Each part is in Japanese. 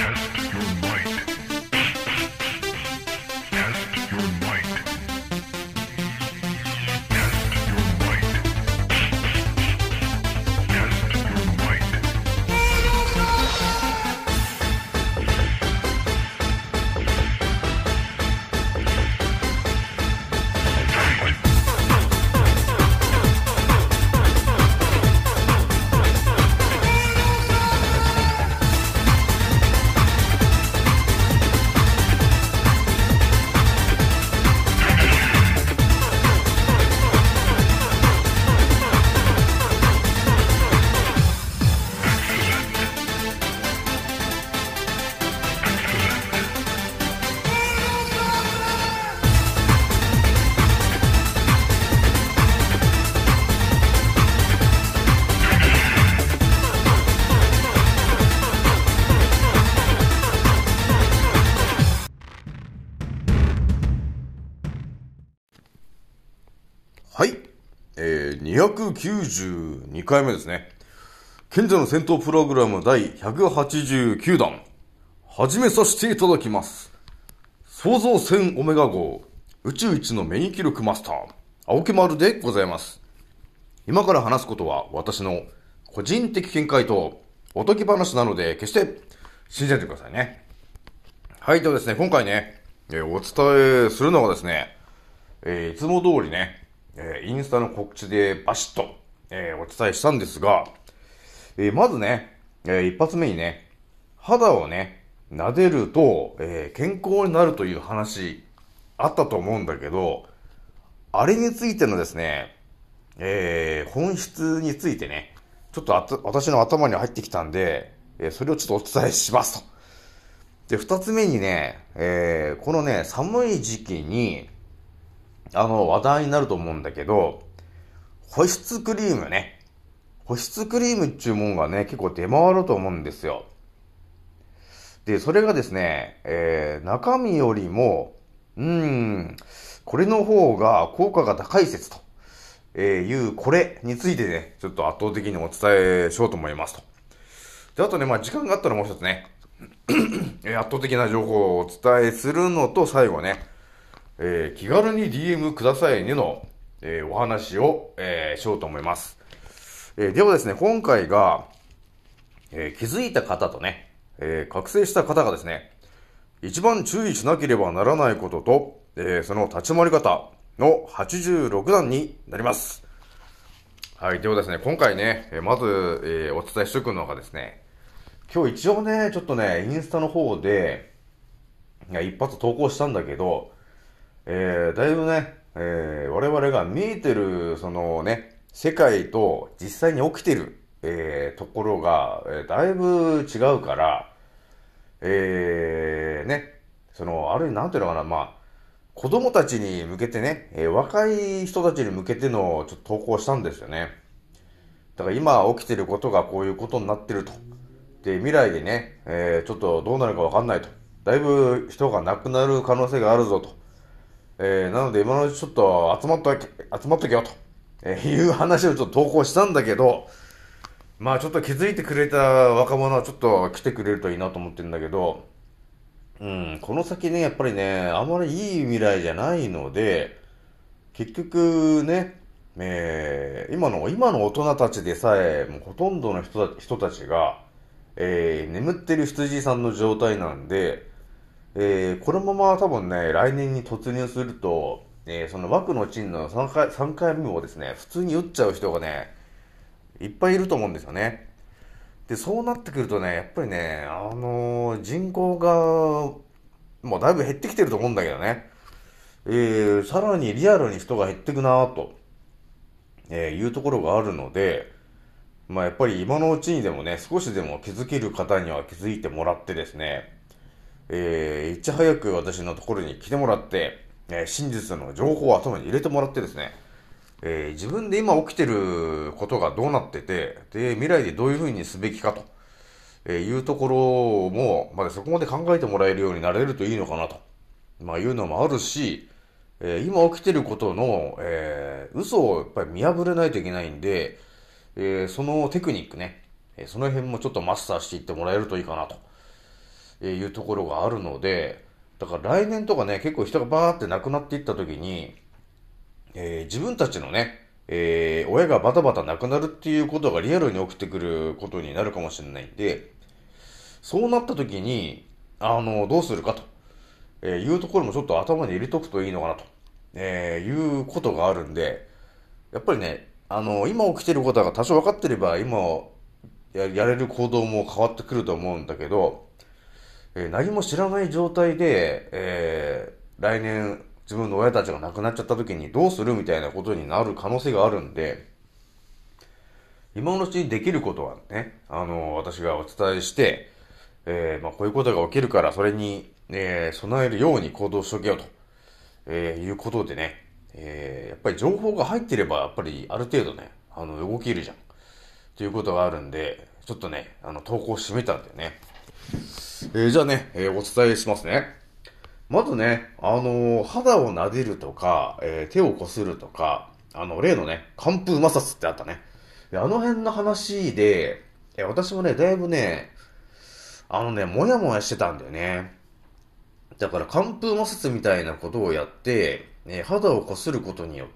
はい、292回目ですね。賢者の戦闘プログラム第189弾始めさせていただきます。創造船オメガ号宇宙一の免疫力マスター青木丸でございます。今から話すことは私の個人的見解とおとぎ話なので決して信じないでくださいね。はい、ではですね、今回ね、お伝えするのはですね、いつも通りね、インスタの告知でバシッと、お伝えしたんですが、まずね、一発目にね、肌をね、撫でると、健康になるという話あったと思うんだけど、あれについてのですね、本質についてね、ちょっと私の頭に入ってきたんで、それをちょっとお伝えしますと。で、二つ目にね、このね、寒い時期に、話題になると思うんだけど、保湿クリームね。保湿クリームっていうもんがね、結構出回ると思うんですよ。で、それがですね、中身よりも、これの方が効果が高い説と、いうこれについてね、ちょっと圧倒的にお伝えしようと思いますと。で、あとね、時間があったらもう一つね、圧倒的な情報をお伝えするのと、最後ね、気軽に DM くださいねの、お話を、しようと思います。ではですね、今回が、気づいた方とね、覚醒した方がですね、一番注意しなければならないことと、その立ち回り方の86弾になります。はい、ではですね、今回ね、まず、お伝えしておくのがですね、今日一応ね、ちょっとね、インスタの方で、一発投稿したんだけど、だいぶね、我々が見えてる、そのね、世界と実際に起きてる、ところが、だいぶ違うから、ね、ある意味なんていうのかな、子供たちに向けてね、若い人たちに向けてのちょっと投稿したんですよね。だから今起きてることがこういうことになってると。で、未来でね、ちょっとどうなるかわかんないと。だいぶ人が亡くなる可能性があるぞと。なので今のうちちょっと集まっとけよと、いう話をちょっと投稿したんだけど、ちょっと気づいてくれた若者はちょっと来てくれるといいなと思ってるんだけど、この先ね、やっぱりね、あまりいい未来じゃないので、結局ね、今の大人たちでさえ、もうほとんどの人たちが、眠ってる羊さんの状態なんで、このまま多分ね、来年に突入すると、その枠の賃の3回目をですね、普通に打っちゃう人がね、いっぱいいると思うんですよね。で、そうなってくるとね、やっぱりね、人口が、もうだいぶ減ってきてると思うんだけどね。さらにリアルに人が減ってくなぁと、いうところがあるので、やっぱり今のうちにでもね、少しでも気づける方には気づいてもらってですね、いち早く私のところに来てもらって、真実の情報を頭に入れてもらってですね、自分で今起きてることがどうなってて、で、未来でどういうふうにすべきかと、いうところも、そこまで考えてもらえるようになれるといいのかなと、いうのもあるし、今起きてることの、嘘をやっぱり見破れないといけないんで、そのテクニックね、その辺もちょっとマスターしていってもらえるといいかなと。 いうところがあるので、だから来年とかね、結構人がバーって亡くなっていった時に、自分たちのね、親がバタバタ亡くなるっていうことがリアルに起きてくることになるかもしれないんで、そうなった時に、どうするかと、いうところもちょっと頭に入れとくといいのかなと、いうことがあるんで、やっぱりね、今起きてることが多少分かってれば、今やれる行動も変わってくると思うんだけど、何も知らない状態で、来年自分の親たちが亡くなっちゃった時にどうするみたいなことになる可能性があるんで、今のうちにできることはね、私がお伝えして、こういうことが起きるからそれに、備えるように行動しておけよと、いうことでね、やっぱり情報が入ってればやっぱりある程度ね、動けるじゃん。ということがあるんで、ちょっとね、投稿してみたんだよね。じゃあね、お伝えしますね。まずね、肌を撫でるとか、手をこするとか、例のね、寒風摩擦ってあったね。であの辺の話で、私もね、だいぶね、もやもやしてたんだよね。だから、寒風摩擦みたいなことをやって、肌をこすることによって、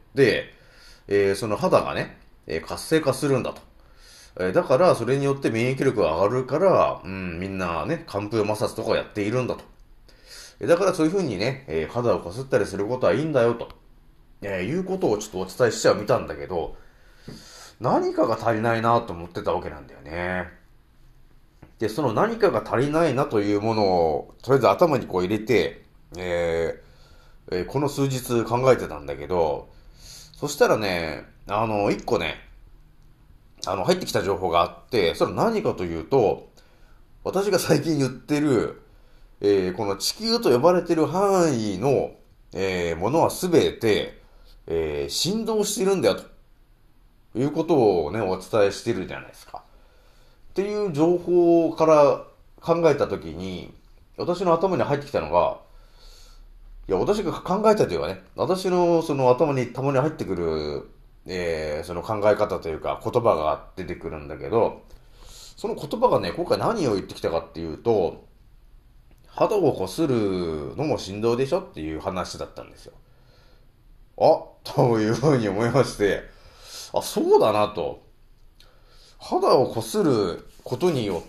その肌がね、活性化するんだと。だから、それによって免疫力が上がるから、みんなね、寒風摩擦とかをやっているんだと。だからそういう風にね、肌をこすったりすることはいいんだよと、いうことをちょっとお伝えしちゃみたんだけど、何かが足りないなと思ってたわけなんだよね。で、その何かが足りないなというものを、とりあえず頭にこう入れて、この数日考えてたんだけど、そしたらね、一個ね、入ってきた情報があって、それは何かというと、私が最近言ってる、この地球と呼ばれている範囲の、ものはすべて、振動してるんだよということをね、お伝えしてるじゃないですか。っていう情報から考えたときに、私の頭に入ってきたのが、いや、私が考えたというかね、私のその頭にたまに入ってくる、その考え方というか言葉が出てくるんだけど、その言葉がね、今回何を言ってきたかっていうと、肌をこするのも振動でしょっていう話だったんですよ。あ、というふうに思いまして、あ、そうだなと。肌をこすることによって、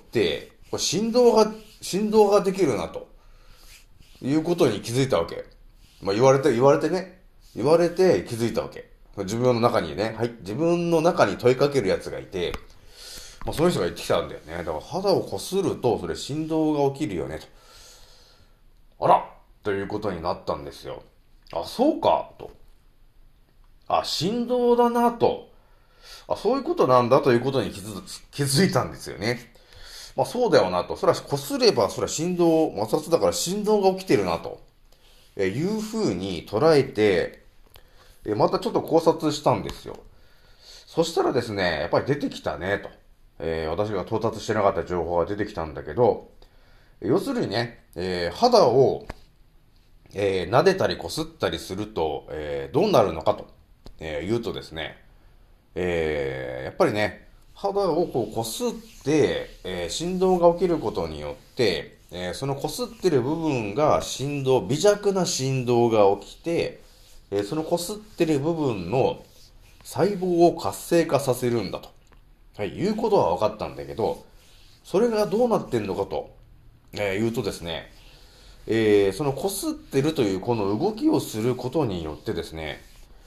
これ振動ができるなということに気づいたわけ。言われてね、言われて気づいたわけ。自分の中にね、はい、自分の中に問いかけるやつがいて、その人が言ってきたんだよね。だから肌をこすると、それ振動が起きるよねと。あらということになったんですよ。あ、そうかと。あ、振動だなと。あ、そういうことなんだということに気づいたんですよね。そうだよなと。それは擦れば、それは振動、摩擦だから振動が起きてるなと。いうふうに捉えて、またちょっと考察したんですよ。そしたらですね、やっぱり出てきたねと。私が到達してなかった情報が出てきたんだけど、要するにね、肌を、撫でたりこすったりすると、どうなるのかと、言うとですね、やっぱりね、肌をこすって、振動が起きることによって、そのこすってる部分が微弱な振動が起きて、そのこすってる部分の細胞を活性化させるんだと、はい、いうことは分かったんだけど、それがどうなってんのかと、言うとですね、そのこすってるというこの動きをすることによってですね、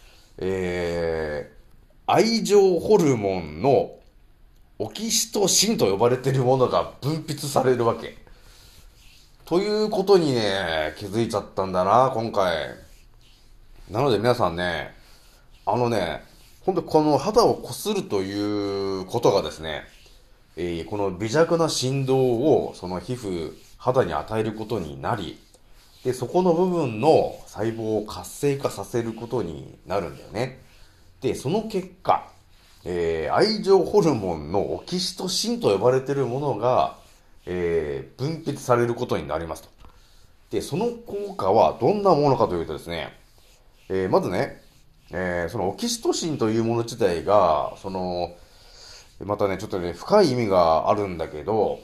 愛情ホルモンのオキシトシンと呼ばれているものが分泌されるわけ。ということにね、気づいちゃったんだな、今回。なので皆さんね、本当この肌をこするということがですね、この微弱な振動をその肌に与えることになり、で、そこの部分の細胞を活性化させることになるんだよね。で、その結果、愛情ホルモンのオキシトシンと呼ばれているものが、分泌されることになりますと。で、その効果はどんなものかというとですね、まずね、そのオキシトシンというもの自体が、またね、ちょっとね、深い意味があるんだけど、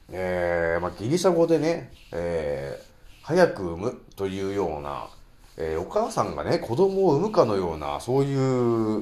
ギリシャ語でね、早く産むというような、お母さんがね、子供を産むかのような、そういう、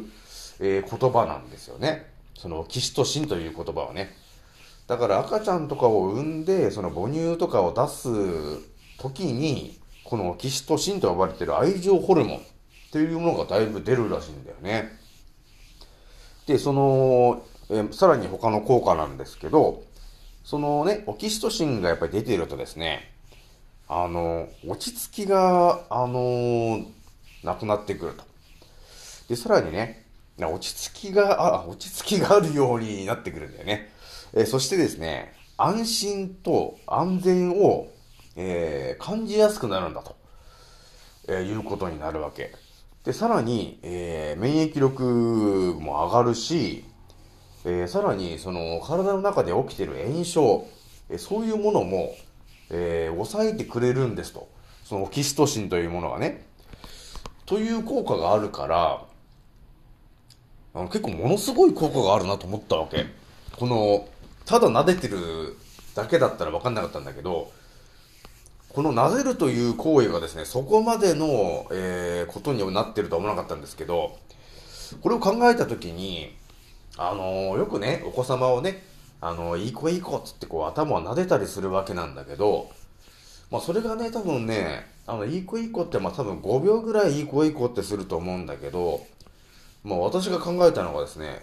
言葉なんですよね。その、オキシトシンという言葉はね。だから赤ちゃんとかを産んで、その母乳とかを出す時に、このオキシトシンと呼ばれている愛情ホルモンっていうものがだいぶ出るらしいんだよね。で、さらに他の効果なんですけど、そのね、オキシトシンがやっぱり出ているとですね、落ち着きが、なくなってくると。で、さらにね、落ち着きがあるようになってくるんだよね。そしてですね、安心と安全を、感じやすくなるんだと、いうことになるわけ。で、さらに、免疫力も上がるし、さらに、その、体の中で起きている炎症、そういうものも、抑えてくれるんですと。そのオキシトシンというものがね。という効果があるから、結構ものすごい効果があるなと思ったわけ。この、ただ撫でてるだけだったら分かんなかったんだけど、この撫でるという行為がですね、そこまでの、ことになってるとは思わなかったんですけど、これを考えたときに、よくね、お子様をね、いい子いい子っつってこう頭を撫でたりするわけなんだけど、まあそれがね、多分ね、いい子いい子ってまあ多分5秒ぐらいいい子いい子ってすると思うんだけど、まあ私が考えたのがですね、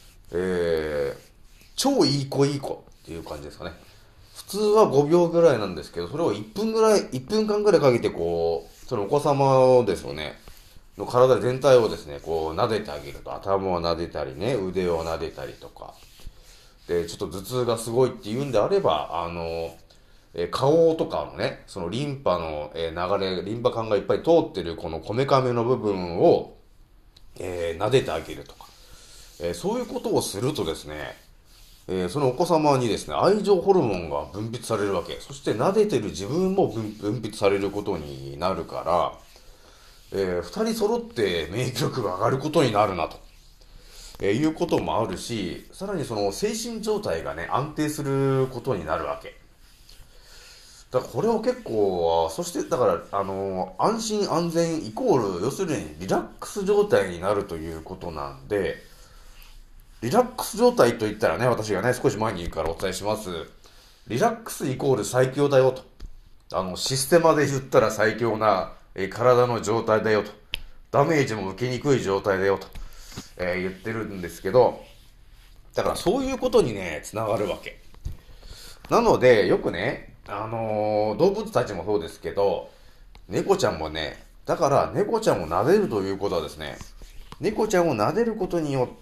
超いい子いい子っていう感じですかね。普通は5秒ぐらいなんですけど、それを1分間ぐらいかけてこう、そのお子様をですよね、の体全体をですね、こう撫でてあげると、頭を撫でたりね、腕を撫でたりとか、で、ちょっと頭痛がすごいっていうんであれば、顔とかのね、そのリンパの流れ、リンパ管がいっぱい通ってるこのこめかみの部分を、撫でてあげるとか、そういうことをするとですね、そのお子様にですね、愛情ホルモンが分泌されるわけ。そして撫でてる自分も分泌されることになるから、二人揃って免疫力が上がることになるなと。いうこともあるし、さらにその精神状態がね、安定することになるわけ。だからこれを結構、そしてだから、安心安全イコール、要するにリラックス状態になるということなんで、リラックス状態といったらね、私がね、少し前に言うからお伝えします。リラックスイコール最強だよと。システマで言ったら最強な、体の状態だよと。ダメージも受けにくい状態だよと。言ってるんですけど、だからそういうことにね、つながるわけ。なので、よくね、動物たちもそうですけど、猫ちゃんもね、だから猫ちゃんを撫でるということはですね、猫ちゃんを撫でることによって、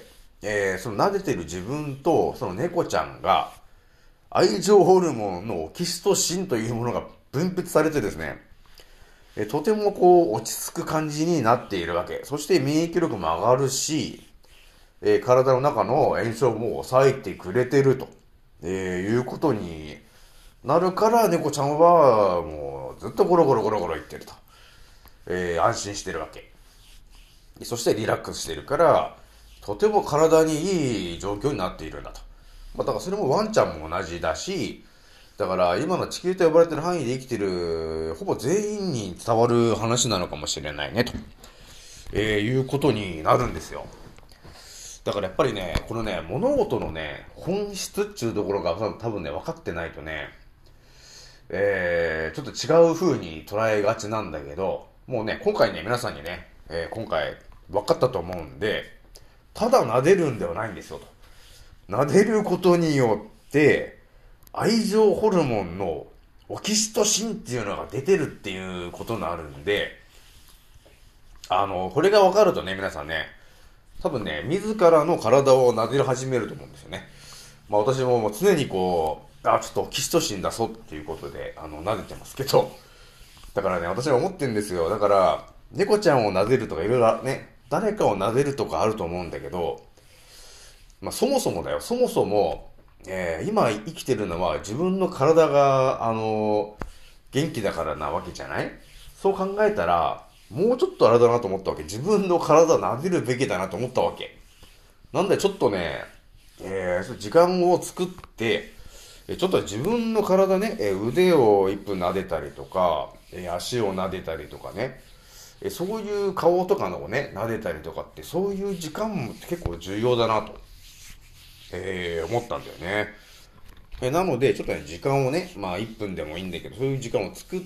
その撫でてる自分とその猫ちゃんが愛情ホルモンのオキシトシンというものが分泌されてですね、とてもこう落ち着く感じになっているわけ。そして免疫力も上がるし、体の中の炎症も抑えてくれてると、いうことになるから猫ちゃんはもうずっとゴロゴロゴロゴロ言ってると、安心してるわけ。そしてリラックスしてるからとても体にいい状況になっているんだと。まあ、だからそれもワンちゃんも同じだし、だから今の地球と呼ばれてる範囲で生きてるほぼ全員に伝わる話なのかもしれないねと、いうことになるんですよ。だからやっぱりね、このね、物事のね、本質っていうところが多分ね、分かってないとね、ちょっと違う風に捉えがちなんだけど、もうね、今回ね、皆さんにね、今回分かったと思うんで、ただ撫でるんではないんですよと。撫でることによって、愛情ホルモンのオキシトシンっていうのが出てるっていうことになるんで、これが分かるとね、皆さんね、多分ね、自らの体を撫で始めると思うんですよね。まあ私ももう常にこう、ちょっとオキシトシン出そうっていうことで、撫でてますけど、だからね、私は思ってんですよ。だから、猫ちゃんを撫でるとかいろいろね、誰かを撫でるとかあると思うんだけど、まあそもそもだよ、そもそも、今生きてるのは自分の体が、元気だからなわけじゃない？そう考えたら、もうちょっとあれだなと思ったわけ。自分の体撫でるべきだなと思ったわけ。なんでちょっとね、時間を作って、 ちょっと自分の体ね、腕を1分撫でたりとか、足を撫でたりとかね、そういう顔とかのをね、撫でたりとかって、そういう時間も結構重要だなと、思ったんだよね。なので、ちょっとね、時間をね、まあ1分でもいいんだけど、そういう時間を作って、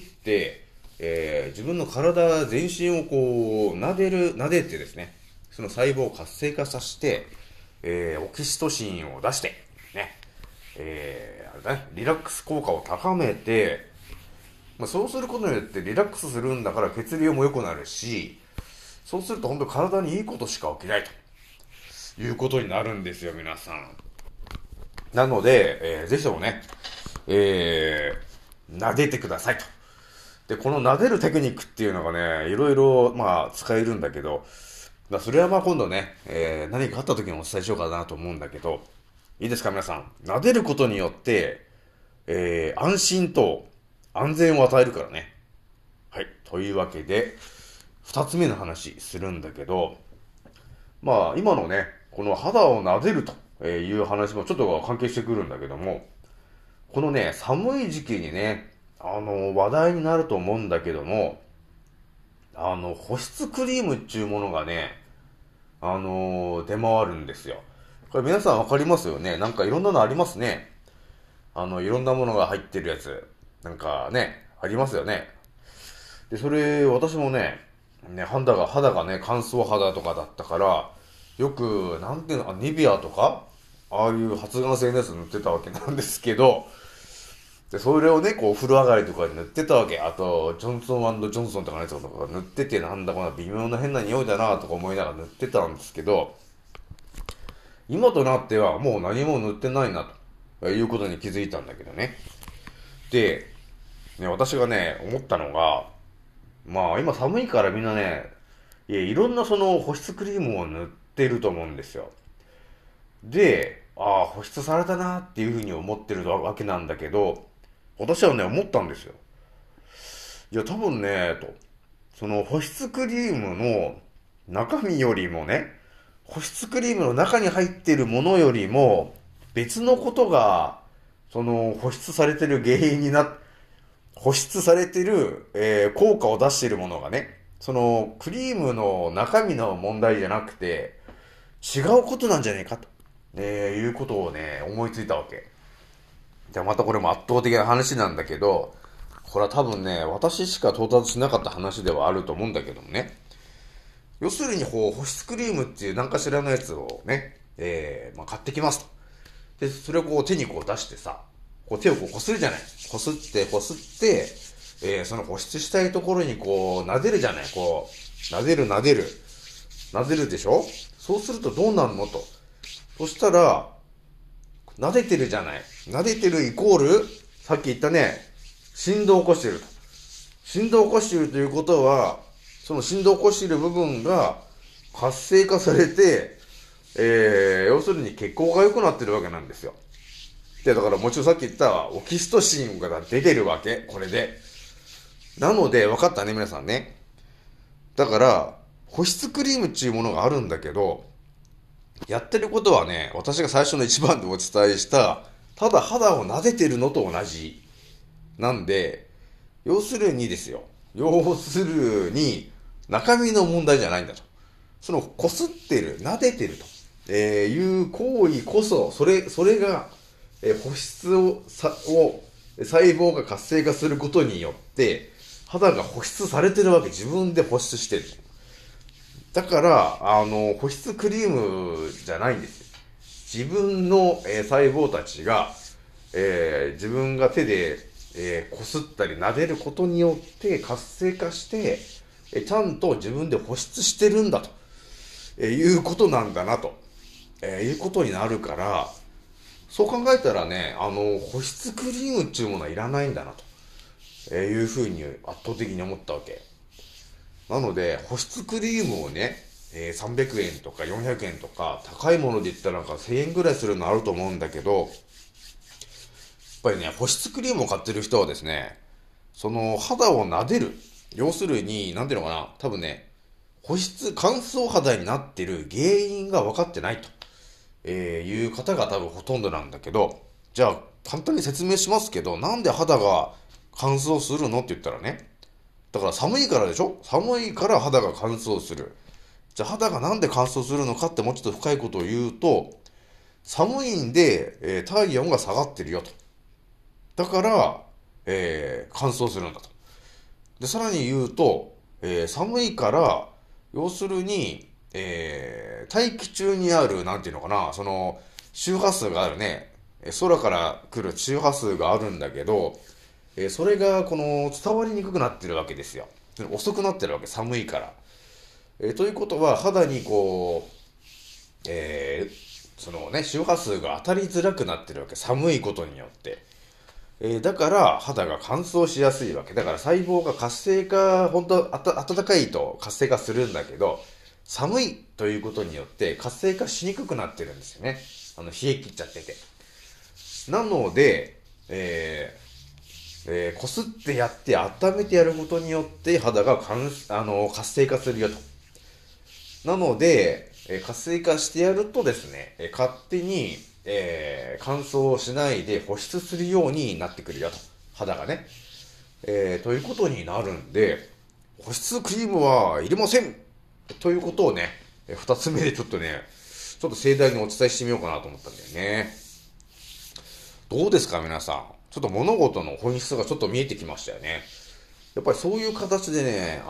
自分の体全身をこう、撫でてですね、その細胞を活性化させて、オキシトシンを出して、ね、あれだね、リラックス効果を高めて、まあ、そうすることによってリラックスするんだから血流も良くなるし、そうすると本当に体にいいことしか起きないということになるんですよ、皆さん。なので、ぜひともね、撫でてくださいと。で、この撫でるテクニックっていうのがね、いろいろ、まあ、使えるんだけど、それはまあ今度ね、何かあった時にお伝えしようかなと思うんだけど、いいですか皆さん。撫でることによって、安心と安全を与えるからね。はい。というわけで、二つ目の話するんだけど、まあ今のね、この肌を撫でるという話もちょっと関係してくるんだけども、このね、寒い時期にね、話題になると思うんだけども、保湿クリームっていうものがね、出回るんですよ。これ皆さんわかりますよね。なんかいろんなのありますね。いろんなものが入ってるやつ。なんかね、ありますよね。で、それ、私もね、肌がね、乾燥肌とかだったから、よく、なんていうの、ニビアとか、ああいう発がん性のやつ塗ってたわけなんですけど、で、それをね、こう、風呂上がりとかに塗ってたわけ。あと、ジョンソン&ジョンソンとかのやつとか塗ってて、なんだこんな微妙な変な匂いだなとか思いながら塗ってたんですけど、今となってはもう何も塗ってないな、ということに気づいたんだけどね。で、ね、私がね、思ったのが、まあ今寒いからみんなね、いろんなその保湿クリームを塗ってると思うんですよ。で、ああ、保湿されたなっていうふうに思ってるわけなんだけど、私はね、思ったんですよ。いや、多分ね、と。その保湿クリームの中身よりもね、保湿クリームの中に入っているものよりも、別のことが、その保湿されてる原因に保湿されてる、効果を出しているものがね、そのクリームの中身の問題じゃなくて、違うことなんじゃねえかと、いうことをね、思いついたわけ。じゃあまたこれも圧倒的な話なんだけど、これは多分ね、私しか到達しなかった話ではあると思うんだけどもね。要するにこう、保湿クリームっていう何かしらのやつをね、まあ、買ってきますと。で、それをこう手にこう出してさ、こう手をこう擦るじゃない。こすってこすって、その保湿したいところにこう、撫でるじゃない。こう、撫でる。撫でるでしょ。そうするとどうなるのと。そしたら、撫でてるじゃない。撫でてるイコール、さっき言ったね、振動を起こしていると。振動を起こしているということは、その振動を起こしている部分が活性化されて、要するに血行が良くなってるわけなんですよ。で、だからもちろんさっき言ったオキシトシンが出てるわけ。これで。なので、分かったね、皆さんね。だから、保湿クリームっていうものがあるんだけど、やってることはね、私が最初の一番でお伝えした、ただ肌を撫でてるのと同じ。なんで、要するにですよ。要するに、中身の問題じゃないんだと。その、こすってる、撫でてると、いう行為こそ、それが、保湿を細胞が活性化することによって、肌が保湿されてるわけ。自分で保湿してる。だから、保湿クリームじゃないんですよ。自分の、細胞たちが、自分が手で、こすったり撫でることによって活性化して、ちゃんと自分で保湿してるんだと、いうことなんだなと、いうことになるから、そう考えたらね、保湿クリームっていうものはいらないんだなと、いうふうに圧倒的に思ったわけ。なので、保湿クリームをね、300円とか400円とか、高いもので言ったらなんか1000円ぐらいするのあると思うんだけど、やっぱりね、保湿クリームを買ってる人はですね、その肌を撫でる。要するに、なんていうのかな、多分ね、乾燥肌になってる原因が分かってないと、いう方が多分ほとんどなんだけど、 じゃあ、簡単に説明しますけど、なんで肌が乾燥するのって言ったらね、だから寒いからでしょ。寒いから肌が乾燥する。じゃあ肌がなんで乾燥するのかってもうちょっと深いことを言うと、寒いんで、体温が下がってるよと。だから、乾燥するんだと。で、さらに言うと、寒いから、要するに、大気中にある、なんていうのかな、その、周波数があるね、空から来る周波数があるんだけど、それが、伝わりにくくなってるわけですよ。遅くなってるわけ、寒いから。ということは、肌にそのね、周波数が当たりづらくなってるわけ。寒いことによって。だから肌が乾燥しやすいわけ。だから細胞が活性化、本当は暖かいと活性化するんだけど、寒いということによって活性化しにくくなってるんですよね。冷え切っちゃってて。なので、こすってやって温めてやることによって肌が活性化するよと。なので、活性化してやるとですね、勝手に、乾燥しないで保湿するようになってくるよと。肌がね。ということになるんで、保湿クリームはいりませんということをね、二つ目でちょっと盛大にお伝えしてみようかなと思ったんだよね。どうですか皆さん。ちょっと物事の本質がちょっと見えてきましたよね。やっぱりそういう形でね、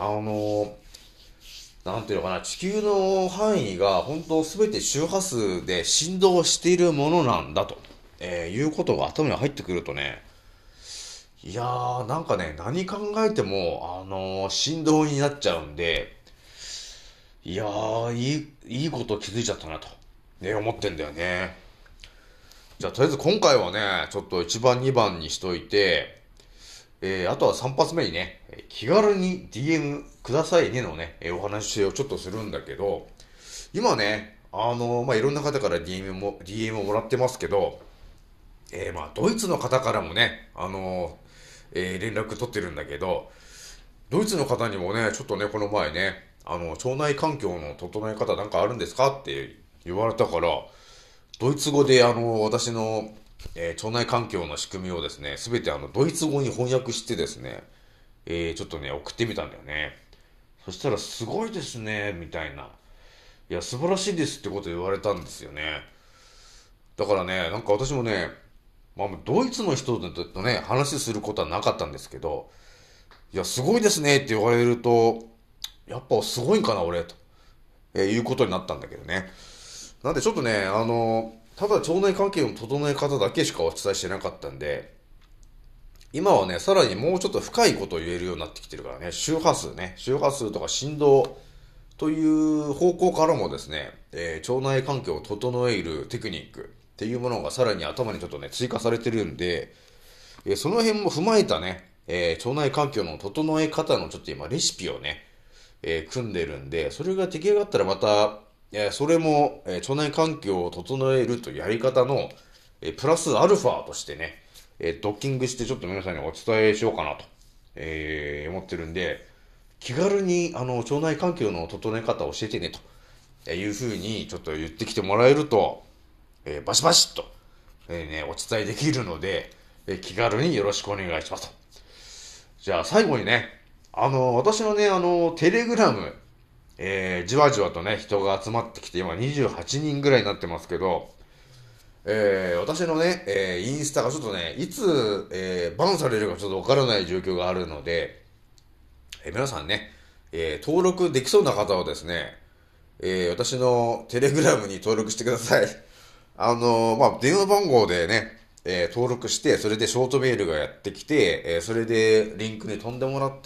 なんていうのかな、地球の範囲が本当すべて周波数で振動しているものなんだと、いうことが頭に入ってくるとね、いやー、なんかね、何考えても、振動になっちゃうんで、いやー、いいこと気づいちゃったなと、ね、思ってんだよね。じゃあ、とりあえず今回はね、ちょっと1番、2番にしといて、あとは3発目にね、気軽に DM くださいねのね、お話をちょっとするんだけど、今ね、いろんな方から DM をもらってますけど、ドイツの方からもね、連絡取ってるんだけど、ドイツの方にもね、ちょっとね、この前ね、腸内環境の整え方なんかあるんですかって言われたから、ドイツ語で私の、腸内環境の仕組みをですね、すべてドイツ語に翻訳してですね、ちょっとね、送ってみたんだよね。そしたら、すごいですね、みたいな。いや、素晴らしいですってこと言われたんですよね。だからね、なんか私もね、ドイツの人とね、話することはなかったんですけど、いや、すごいですねって言われると、やっぱすごいんかな、俺、と、いうことになったんだけどね。なんでちょっとね、ただ腸内環境の整え方だけしかお伝えしてなかったんで、今はね、さらにもうちょっと深いことを言えるようになってきてるからね、周波数とか振動という方向からもですね、腸内環境を整えるテクニックっていうものがさらに頭にちょっとね、追加されてるんで、その辺も踏まえたね、腸内環境の整え方のちょっと今レシピをね、組んでるんで、それが出来上がったらまた、それも、腸内環境を整えるというやり方の、プラスアルファとしてね、ドッキングしてちょっと皆さんにお伝えしようかなと、思ってるんで、気軽に腸内環境の整え方を教えてねというふうにちょっと言ってきてもらえると、バシバシッと、お伝えできるので、気軽によろしくお願いしますと。じゃあ最後にね、私のね、テレグラム、じわじわとね、人が集まってきて、今28人ぐらいになってますけど、私のね、インスタがちょっとね、いつ、バンされるかちょっとわからない状況があるので、皆さんね、登録できそうな方はですね、私のテレグラムに登録してください。電話番号でね、登録して、それでショートメールがやってきて、それでリンクに飛んでもらって、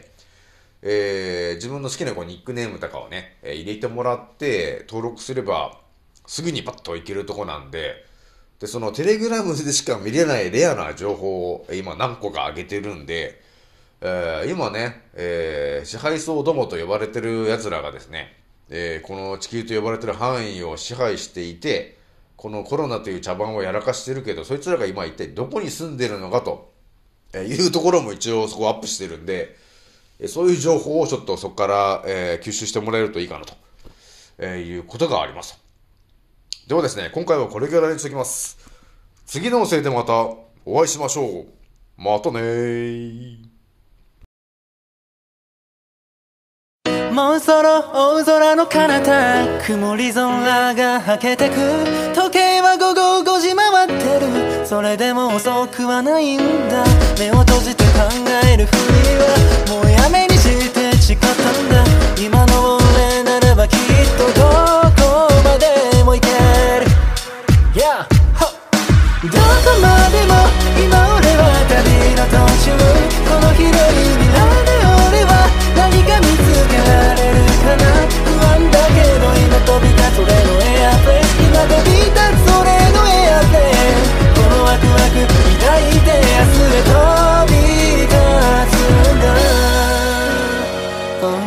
自分の好きなニックネームとかをね、入れてもらって登録すればすぐにパッといけるとこなんで、そのテレグラムでしか見れないレアな情報を今何個か上げてるんで、今ね、支配層どもと呼ばれてる奴らがですね、この地球と呼ばれてる範囲を支配していて、このコロナという茶番をやらかしてるけど、そいつらが今一体どこに住んでるのかというところも一応そこアップしてるんで、そういう情報をちょっとそこから、吸収してもらえるといいかなと、いうことがあります。ではですね、今回はこれぐらいにしときます。 次の音声でまたお会いしましょう。またねー。 もうそろ大空の彼方、曇り空がはけてく。時計は午後5時回ってる。それでも遅くはないんだ。目を閉じて考えるふりはもうやめにして誓ったんだ。今の俺ならばきっとどこまでも行ける、yeah、どこまでも今俺は旅の途中。この広い未来で俺は何か見つけられるかな。不安だけど今飛び立つ俺のエアプレイス。今飛び立つ俺のエアプレイ。このワクワク抱いて明日へ飛び立つんだ、oh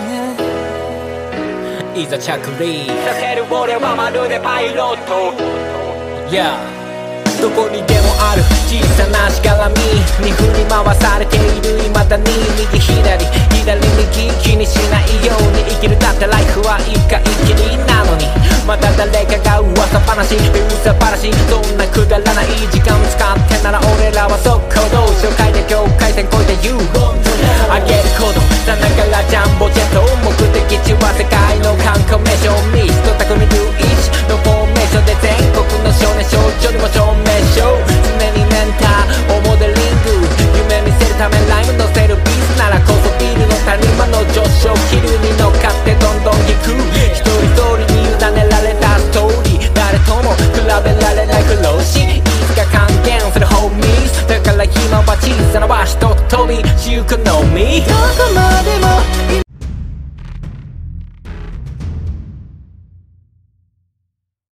yeah、いざ着陸させる俺はまるでパイロット、yeah、どこにでもある小さなしがらみに振り回されている。未だに右左左右気にしないように生きる。だってライフは一回きりなのに、また誰かが噂話噂話、そんなくだらない時間使ってなら俺らは速攻動紹介で境界線越えて言う